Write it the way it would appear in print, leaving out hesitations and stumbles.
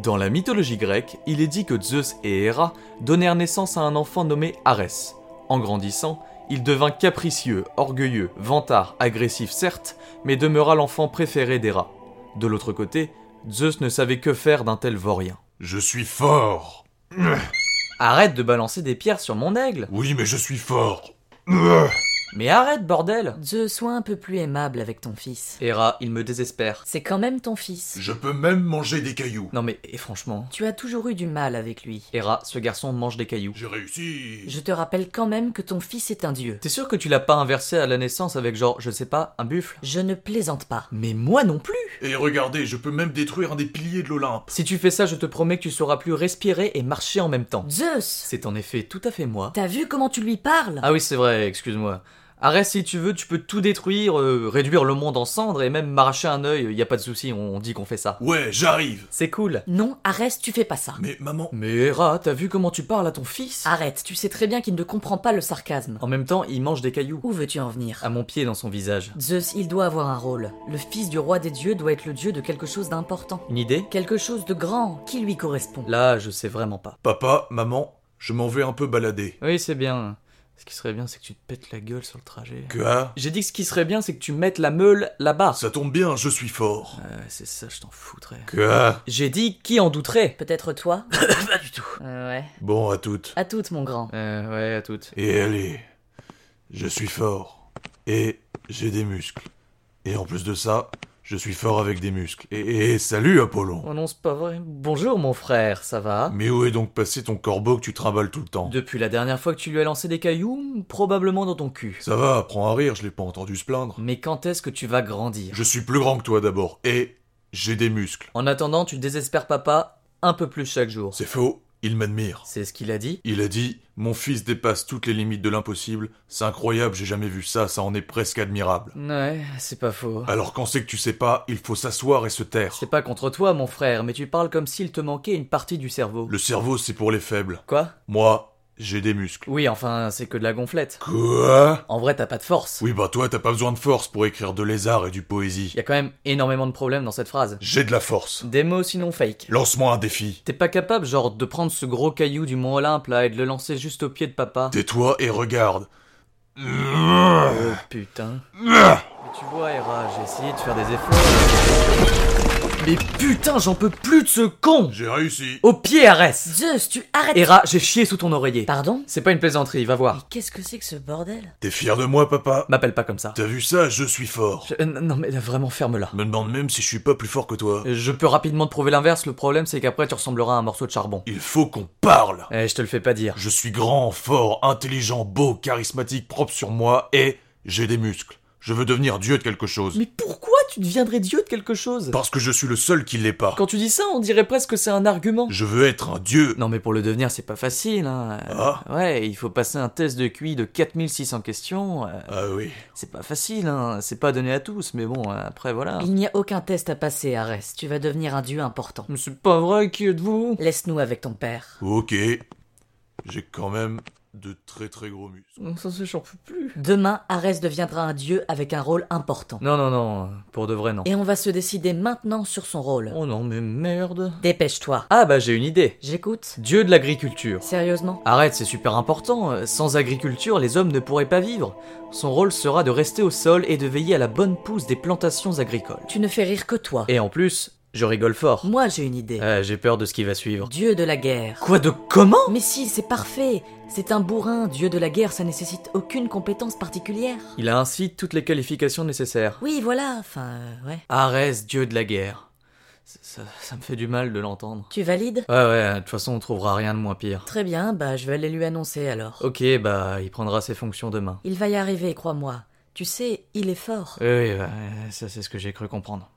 Dans la mythologie grecque, il est dit que Zeus et Héra donnèrent naissance à un enfant nommé Arès. En grandissant, il devint capricieux, orgueilleux, vantard, agressif certes, mais demeura l'enfant préféré d'Héra. De l'autre côté, Zeus ne savait que faire d'un tel vaurien. Je suis fort. Arrête de balancer des pierres sur mon aigle. Oui, mais je suis fort. Mais arrête, bordel. Zeus, sois un peu plus aimable avec ton fils. Héra, il me désespère. C'est quand même ton fils. Je peux même manger des cailloux. Non mais, et franchement... Tu as toujours eu du mal avec lui. Héra, ce garçon mange des cailloux. J'ai réussi. Je te rappelle quand même que ton fils est un dieu. T'es sûr que tu l'as pas inversé à la naissance avec genre, je sais pas, un buffle? Je ne plaisante pas. Mais moi non plus. Et regardez, je peux même détruire un des piliers de l'Olympe. Si tu fais ça, je te promets que tu sauras plus respirer et marcher en même temps. Zeus! C'est en effet tout à fait moi. T'as vu comment tu lui parles? Ah oui, c'est vrai, excuse-moi. Arrête, si tu veux, tu peux tout détruire, réduire le monde en cendres et même m'arracher un œil, y a pas de souci, on dit qu'on fait ça. Ouais, j'arrive. C'est cool. Non, arrête, tu fais pas ça. Mais maman... Mais Héra, t'as vu comment tu parles à ton fils? Arrête, tu sais très bien qu'il ne comprend pas le sarcasme. En même temps, il mange des cailloux. Où veux-tu en venir? À mon pied dans son visage. Zeus, il doit avoir un rôle. Le fils du roi des dieux doit être le dieu de quelque chose d'important. Une idée? Quelque chose de grand qui lui correspond. Là, je sais vraiment pas. Papa, maman, je m'en vais un peu balader. Oui, c'est bien. Ce qui serait bien, c'est que tu te pètes la gueule sur le trajet. Quoi? J'ai dit que ce qui serait bien, c'est que tu mettes la meule là-bas. Ça tombe bien, je suis fort. C'est ça, je t'en foutrais. Quoi? J'ai dit qui en douterait? Peut-être toi? Pas du tout. Ouais. Bon, à toutes. À toutes, mon grand. Ouais, à toutes. Et allez, je suis fort. Et j'ai des muscles. Et en plus de ça, je suis fort avec des muscles. Et salut Apollon. Oh non, c'est pas vrai. Bonjour mon frère, ça va? Mais où est donc passé ton corbeau que tu trimbales tout le temps? Depuis la dernière fois que tu lui as lancé des cailloux, probablement dans ton cul. Ça va, apprends à rire, je l'ai pas entendu se plaindre. Mais quand est-ce que tu vas grandir? Je suis plus grand que toi d'abord. Et j'ai des muscles. En attendant, tu désespères papa un peu plus chaque jour. C'est faux, il m'admire. C'est ce qu'il a dit? Il a dit « Mon fils dépasse toutes les limites de l'impossible. C'est incroyable, j'ai jamais vu ça, ça en est presque admirable. Ouais, c'est pas faux. » Alors quand c'est que tu sais pas, il faut s'asseoir et se taire. C'est pas contre toi, mon frère, mais tu parles comme s'il te manquait une partie du cerveau. Le cerveau, c'est pour les faibles. Quoi? Moi, j'ai des muscles. Oui, enfin, c'est que de la gonflette. Quoi? En vrai, t'as pas de force. Oui, bah toi, t'as pas besoin de force pour écrire de lézard et du poésie. Y a quand même énormément de problèmes dans cette phrase. J'ai de la force. Des mots sinon fake. Lance-moi un défi. T'es pas capable, genre, de prendre ce gros caillou du mont Olympe, là, et de le lancer juste au pied de papa? Tais-toi et regarde. Oh putain. Mais tu vois, Héra, j'ai essayé de faire des efforts. Mais putain, j'en peux plus de ce con! J'ai réussi. Au pied, Arès! Zeus, tu arrêtes! Héra, j'ai chié sous ton oreiller. Pardon? C'est pas une plaisanterie, va Mais voir. qu'est-ce que c'est que ce bordel? T'es fier de moi, papa? M'appelle pas comme ça. T'as vu ça? Je suis fort. Non mais vraiment, ferme-la. Me demande même si je suis pas plus fort que toi. Je peux rapidement te prouver l'inverse, le problème c'est qu'après tu ressembleras à un morceau de charbon. Il faut qu'on parle. Je te le fais pas dire. Je suis grand, fort, intelligent, beau, charismatique, propre sur moi et j'ai des muscles. Je veux devenir dieu de quelque chose. Mais pourquoi tu deviendrais dieu de quelque chose? Parce que je suis le seul qui l'est pas. Quand tu dis ça, on dirait presque que c'est un argument. Je veux être un dieu. Non mais pour le devenir, c'est pas facile, hein. Ah. Ouais, il faut passer un test de QI de 4600 questions. Ah oui. C'est pas facile, hein. C'est pas donné à tous, mais bon, après voilà. Il n'y a aucun test à passer, Arès. Tu vas devenir un dieu important. Mais c'est pas vrai, qui êtes-vous? Laisse-nous avec ton père. Ok. J'ai quand même de très très gros muscles. Ça c'est, j'en peux plus. Demain, Arès deviendra un dieu avec un rôle important. Non, pour de vrai non. Et on va se décider maintenant sur son rôle. Oh non mais merde. Dépêche-toi. Ah bah j'ai une idée. J'écoute. Dieu de l'agriculture. Sérieusement? Arrête, c'est super important. Sans agriculture, les hommes ne pourraient pas vivre. Son rôle sera de rester au sol et de veiller à la bonne pousse des plantations agricoles. Tu ne fais rire que toi. Et en plus, je rigole fort. Moi, j'ai une idée. J'ai peur de ce qui va suivre. Dieu de la guerre. Quoi de comment? Mais si, c'est parfait. C'est un bourrin. Dieu de la guerre, ça nécessite aucune compétence particulière. Il a ainsi toutes les qualifications nécessaires. Oui, voilà. Enfin, ouais. Arès, dieu de la guerre. Ça me fait du mal de l'entendre. Tu valides? Ouais, de toute façon on trouvera rien de moins pire. Très bien, bah je vais aller lui annoncer alors. Ok, bah il prendra ses fonctions demain. Il va y arriver, crois-moi. Tu sais, il est fort. Oui, ça c'est ce que j'ai cru comprendre.